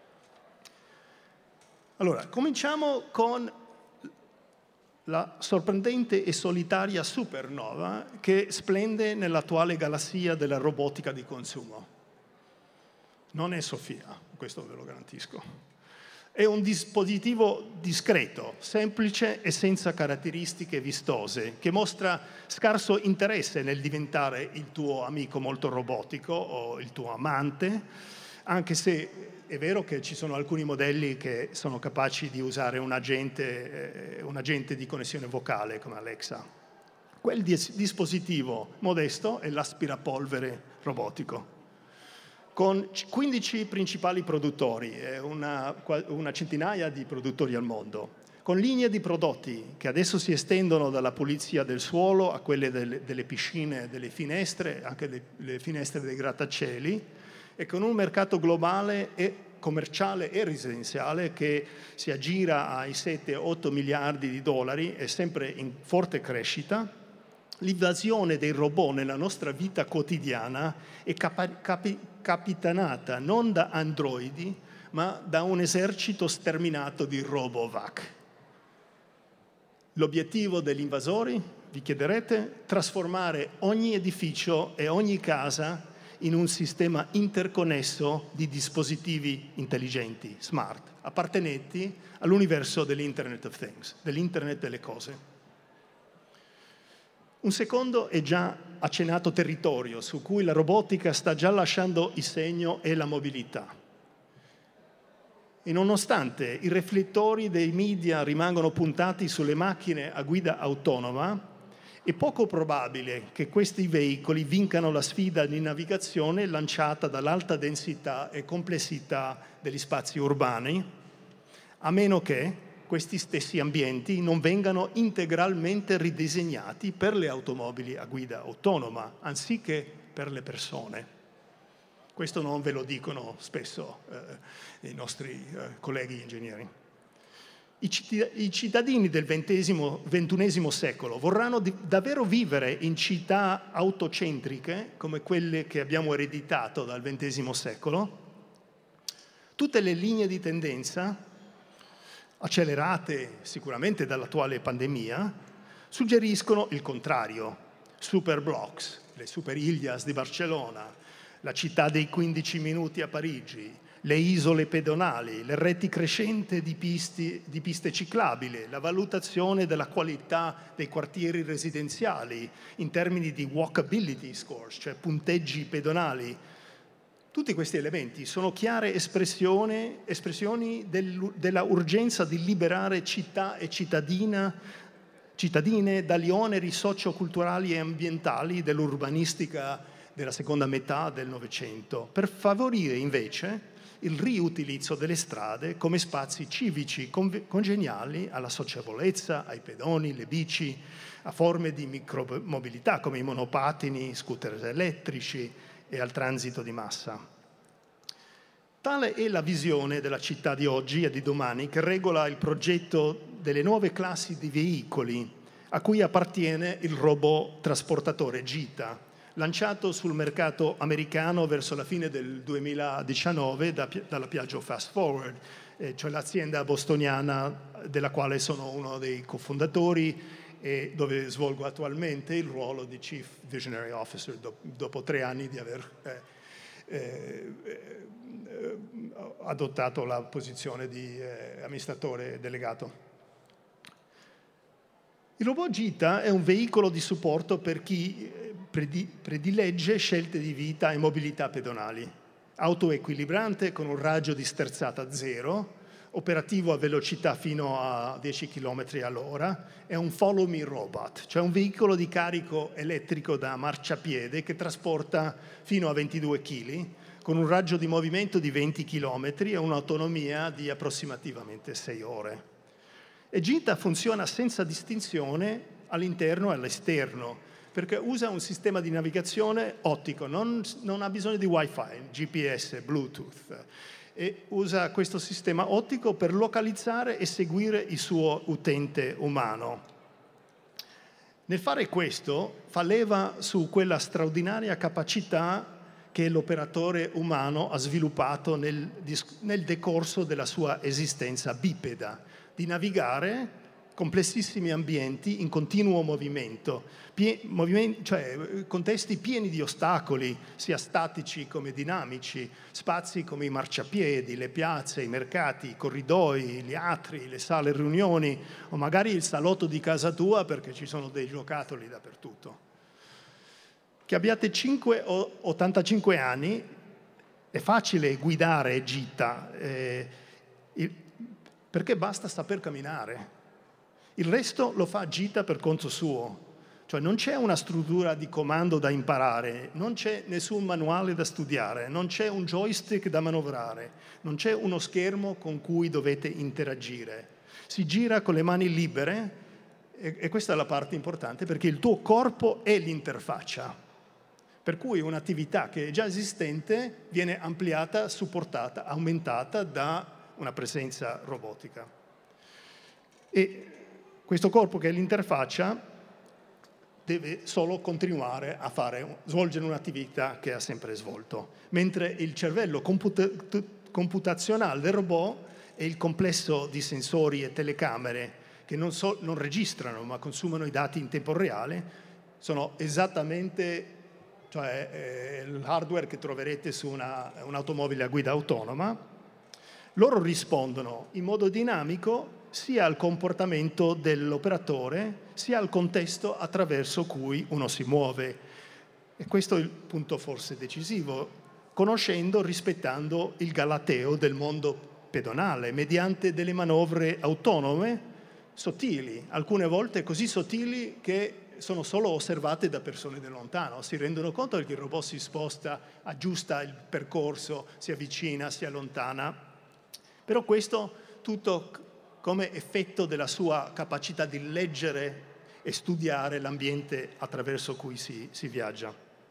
Allora, cominciamo con la sorprendente e solitaria supernova che splende nell'attuale galassia della robotica di consumo. Non è Sofia, questo ve lo garantisco. È un dispositivo discreto, semplice e senza caratteristiche vistose, che mostra scarso interesse nel diventare il tuo amico molto robotico o il tuo amante, anche se è vero che ci sono alcuni modelli che sono capaci di usare un agente di connessione vocale come Alexa. Quel dispositivo modesto è l'aspirapolvere robotico, con 15 principali produttori e una centinaia di produttori al mondo, con linee di prodotti che adesso si estendono dalla pulizia del suolo a quelle delle piscine, delle finestre, anche le finestre dei grattacieli, e con un mercato globale e commerciale e residenziale che si aggira ai 7-8 miliardi di dollari, è sempre in forte crescita. L'invasione dei robot nella nostra vita quotidiana è capitanata non da androidi, ma da un esercito sterminato di robovac. L'obiettivo degli invasori, vi chiederete, trasformare ogni edificio e ogni casa in un sistema interconnesso di dispositivi intelligenti, smart, appartenenti all'universo dell'Internet of Things, dell'Internet delle cose. Un secondo è già accennato territorio su cui la robotica sta già lasciando il segno è la mobilità. E nonostante i riflettori dei media rimangano puntati sulle macchine a guida autonoma, è poco probabile che questi veicoli vincano la sfida di navigazione lanciata dall'alta densità e complessità degli spazi urbani, a meno che questi stessi ambienti non vengano integralmente ridisegnati per le automobili a guida autonoma, anziché per le persone. Questo non ve lo dicono spesso i nostri colleghi ingegneri. I cittadini del XXI secolo vorranno davvero vivere in città autocentriche come quelle che abbiamo ereditato dal XX secolo? Tutte le linee di tendenza, accelerate sicuramente dall'attuale pandemia, suggeriscono il contrario. Superblocks, le Superilhas di Barcellona, la città dei 15 minuti a Parigi, le isole pedonali, le reti crescenti di piste ciclabili, la valutazione della qualità dei quartieri residenziali in termini di walkability scores, cioè punteggi pedonali. Tutti questi elementi sono chiare espressioni della urgenza di liberare città e cittadine dagli oneri socioculturali e ambientali dell'urbanistica della seconda metà del Novecento, per favorire invece il riutilizzo delle strade come spazi civici congeniali alla socievolezza, ai pedoni, le bici, a forme di micromobilità come i monopattini, scooter elettrici e al transito di massa. Tale è la visione della città di oggi e di domani che regola il progetto delle nuove classi di veicoli a cui appartiene il robot trasportatore Gita, lanciato sul mercato americano verso la fine del 2019 dalla Piaggio Fast Forward, cioè l'azienda bostoniana della quale sono uno dei cofondatori e dove svolgo attualmente il ruolo di Chief Visionary Officer dopo 3 anni di aver adottato la posizione di amministratore delegato. Il robot Gita è un veicolo di supporto per chi predilegge scelte di vita e mobilità pedonali, autoequilibrante con un raggio di sterzata 0, operativo a velocità fino a 10 km all'ora, è un follow me robot, cioè un veicolo di carico elettrico da marciapiede che trasporta fino a 22 kg, con un raggio di movimento di 20 km e un'autonomia di approssimativamente 6 ore. E Gita funziona senza distinzione all'interno e all'esterno, perché usa un sistema di navigazione ottico, non ha bisogno di Wi-Fi, GPS, Bluetooth, e usa questo sistema ottico per localizzare e seguire il suo utente umano. Nel fare questo fa leva su quella straordinaria capacità che l'operatore umano ha sviluppato nel decorso della sua esistenza bipeda, di navigare complessissimi ambienti in continuo movimento, cioè contesti pieni di ostacoli, sia statici come dinamici, spazi come i marciapiedi, le piazze, i mercati, i corridoi, gli atri, le sale riunioni, o magari il salotto di casa tua perché ci sono dei giocattoli dappertutto. Che abbiate 5 o 85 anni, è facile guidare gita, perché basta saper camminare. Il resto lo fa gita per conto suo. Cioè non c'è una struttura di comando da imparare, non c'è nessun manuale da studiare, non c'è un joystick da manovrare, non c'è uno schermo con cui dovete interagire. Si gira con le mani libere e questa è la parte importante perché il tuo corpo è l'interfaccia. Per cui un'attività che è già esistente viene ampliata, supportata, aumentata da una presenza robotica. E questo corpo che è l'interfaccia deve solo continuare a svolgere un'attività che ha sempre svolto, mentre il cervello computazionale del robot è il complesso di sensori e telecamere che non registrano ma consumano i dati in tempo reale, sono esattamente l'hardware che troverete su un'automobile a guida autonoma. Loro rispondono in modo dinamico sia al comportamento dell'operatore, sia al contesto attraverso cui uno si muove. E questo è il punto forse decisivo, conoscendo, rispettando il galateo del mondo pedonale, mediante delle manovre autonome, sottili, alcune volte così sottili che sono solo osservate da persone da lontano. Si rendono conto che il robot si sposta, aggiusta il percorso, si avvicina, si allontana. Però questo tutto come effetto della sua capacità di leggere e studiare l'ambiente attraverso cui si viaggia.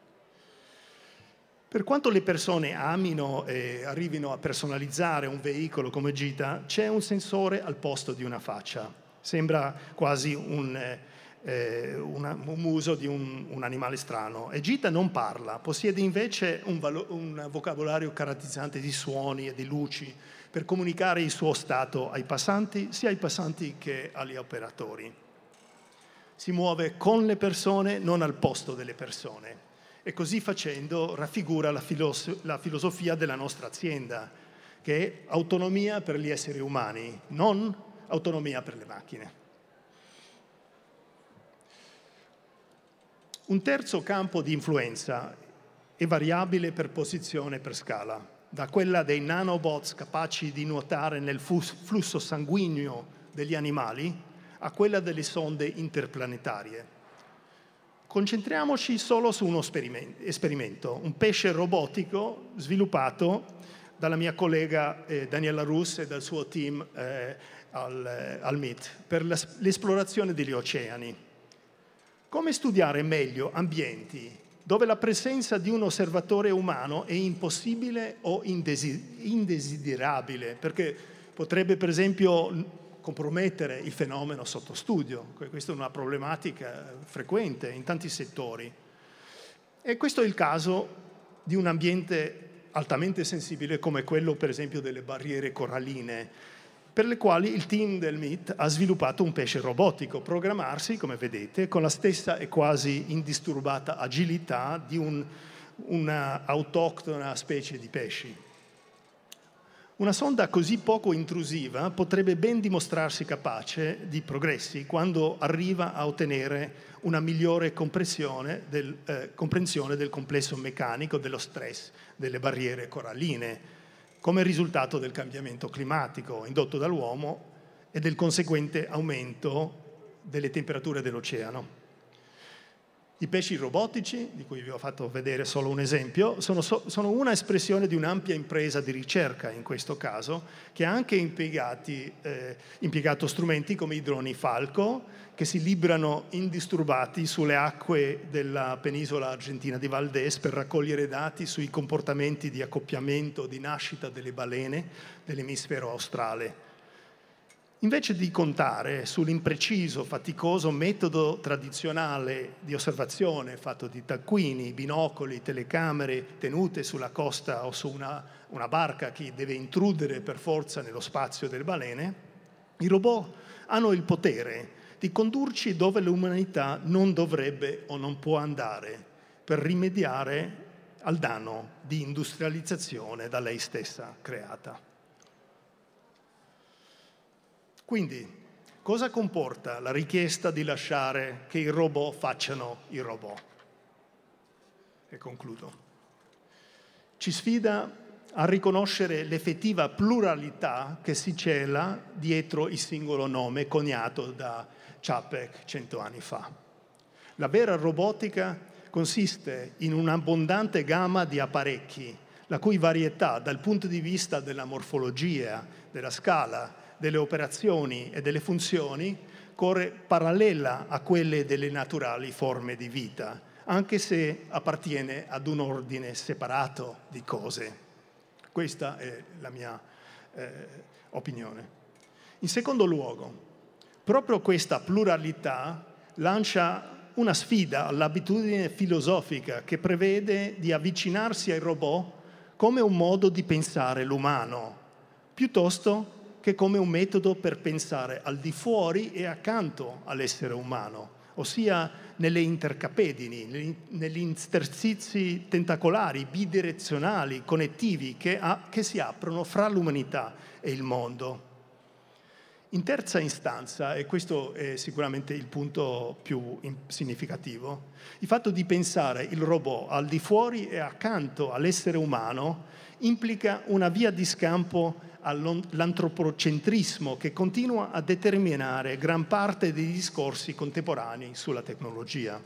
Per quanto le persone amino e arrivino a personalizzare un veicolo come Gita, c'è un sensore al posto di una faccia. Sembra quasi un muso di un animale strano. E Gita non parla, possiede invece un vocabolario caratterizzante di suoni e di luci per comunicare il suo stato ai passanti, sia ai passanti che agli operatori. Si muove con le persone, non al posto delle persone. E così facendo raffigura la filosofia della nostra azienda, che è autonomia per gli esseri umani, non autonomia per le macchine. Un terzo campo di influenza è variabile per posizione e per scala, da quella dei nanobots capaci di nuotare nel flusso sanguigno degli animali a quella delle sonde interplanetarie. Concentriamoci solo su uno esperimento, un pesce robotico sviluppato dalla mia collega Daniela Russ e dal suo team al MIT per l'esplorazione degli oceani. Come studiare meglio ambienti dove la presenza di un osservatore umano è impossibile o indesiderabile, perché potrebbe per esempio compromettere il fenomeno sotto studio. Questa è una problematica frequente in tanti settori. E questo è il caso di un ambiente altamente sensibile come quello per esempio delle barriere coralline, per le quali il team del MIT ha sviluppato un pesce robotico, programmarsi, come vedete, con la stessa e quasi indisturbata agilità di una autoctona specie di pesci. Una sonda così poco intrusiva potrebbe ben dimostrarsi capace di progressi quando arriva a ottenere una migliore comprensione del complesso meccanico dello stress delle barriere coralline, come risultato del cambiamento climatico indotto dall'uomo e del conseguente aumento delle temperature dell'oceano. I pesci robotici, di cui vi ho fatto vedere solo un esempio, sono una espressione di un'ampia impresa di ricerca in questo caso, che ha anche impiegato strumenti come i droni Falco, che si librano indisturbati sulle acque della penisola argentina di Valdés per raccogliere dati sui comportamenti di accoppiamento, di nascita delle balene dell'emisfero australe. Invece di contare sull'impreciso, faticoso metodo tradizionale di osservazione fatto di taccuini, binocoli, telecamere tenute sulla costa o su una barca che deve intrudere per forza nello spazio delle balene, i robot hanno il potere di condurci dove l'umanità non dovrebbe o non può andare per rimediare al danno di industrializzazione da lei stessa creata. Quindi, cosa comporta la richiesta di lasciare che i robot facciano i robot? E concludo. Ci sfida a riconoscere l'effettiva pluralità che si cela dietro il singolo nome coniato da Čapek 100 anni fa. La vera robotica consiste in un'abbondante gamma di apparecchi, la cui varietà dal punto di vista della morfologia, della scala, delle operazioni e delle funzioni corre parallela a quelle delle naturali forme di vita, anche se appartiene ad un ordine separato di cose. Questa è la mia opinione. In secondo luogo, proprio questa pluralità lancia una sfida all'abitudine filosofica che prevede di avvicinarsi ai robot come un modo di pensare l'umano, piuttosto che come un metodo per pensare al di fuori e accanto all'essere umano, ossia nelle intercapedini, negli interstizi tentacolari, bidirezionali, connettivi che si aprono fra l'umanità e il mondo. In terza istanza, e questo è sicuramente il punto più significativo, il fatto di pensare il robot al di fuori e accanto all'essere umano implica una via di scampo all'antropocentrismo che continua a determinare gran parte dei discorsi contemporanei sulla tecnologia.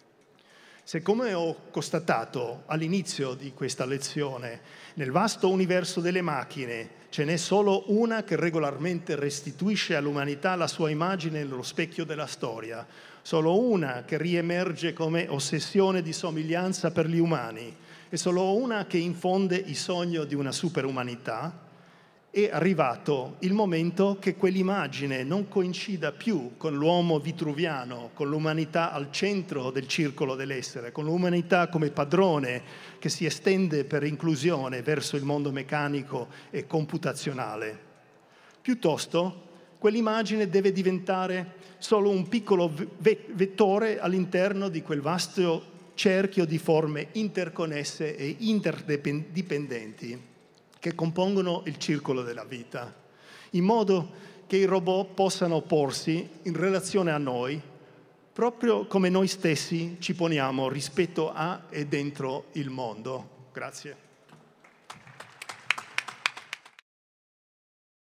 Se, come ho constatato all'inizio di questa lezione, nel vasto universo delle macchine ce n'è solo una che regolarmente restituisce all'umanità la sua immagine nello specchio della storia, solo una che riemerge come ossessione di somiglianza per gli umani, e solo una che infonde il sogno di una superumanità, è arrivato il momento che quell'immagine non coincida più con l'uomo vitruviano, con l'umanità al centro del circolo dell'essere, con l'umanità come padrone che si estende per inclusione verso il mondo meccanico e computazionale. Piuttosto, quell'immagine deve diventare solo un piccolo vettore all'interno di quel vasto cerchio di forme interconnesse e interdipendenti che compongono il circolo della vita, in modo che i robot possano porsi in relazione a noi, proprio come noi stessi ci poniamo rispetto a e dentro il mondo. Grazie.